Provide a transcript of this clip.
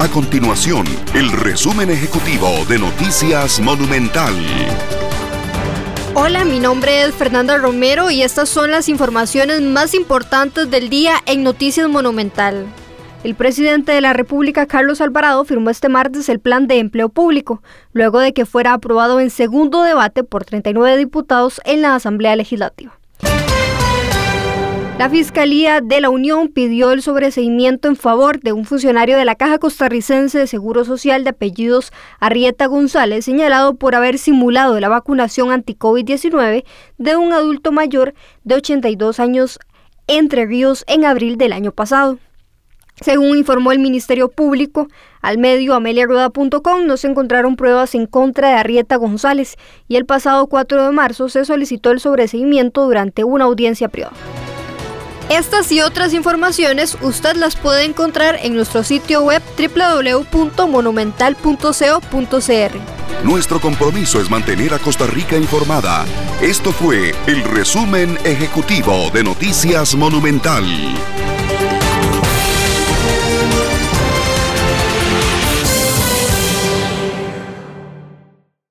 continuación el resumen ejecutivo de Noticias Monumental. Hola, mi nombre es Fernanda Romero y estas son las informaciones más importantes del día en Noticias Monumental. El presidente de la República, Carlos Alvarado, firmó este martes el Plan de Empleo Público, luego de que fuera aprobado en segundo debate por 39 diputados en la Asamblea Legislativa. La Fiscalía de la Unión pidió el sobreseimiento en favor de un funcionario de la Caja Costarricense de Seguro Social de apellidos Arrieta González, señalado por haber simulado la vacunación anti-COVID-19 de un adulto mayor de 82 años en Entre Ríos en abril del año pasado. Según informó el Ministerio Público al medio ameliarueda.com, no se encontraron pruebas en contra de Arrieta González y el pasado 4 de marzo se solicitó el sobreseimiento durante una audiencia privada. Estas y otras informaciones usted las puede encontrar en nuestro sitio web www.monumental.co.cr. Nuestro compromiso es mantener a Costa Rica informada. Esto fue el resumen ejecutivo de Noticias Monumental.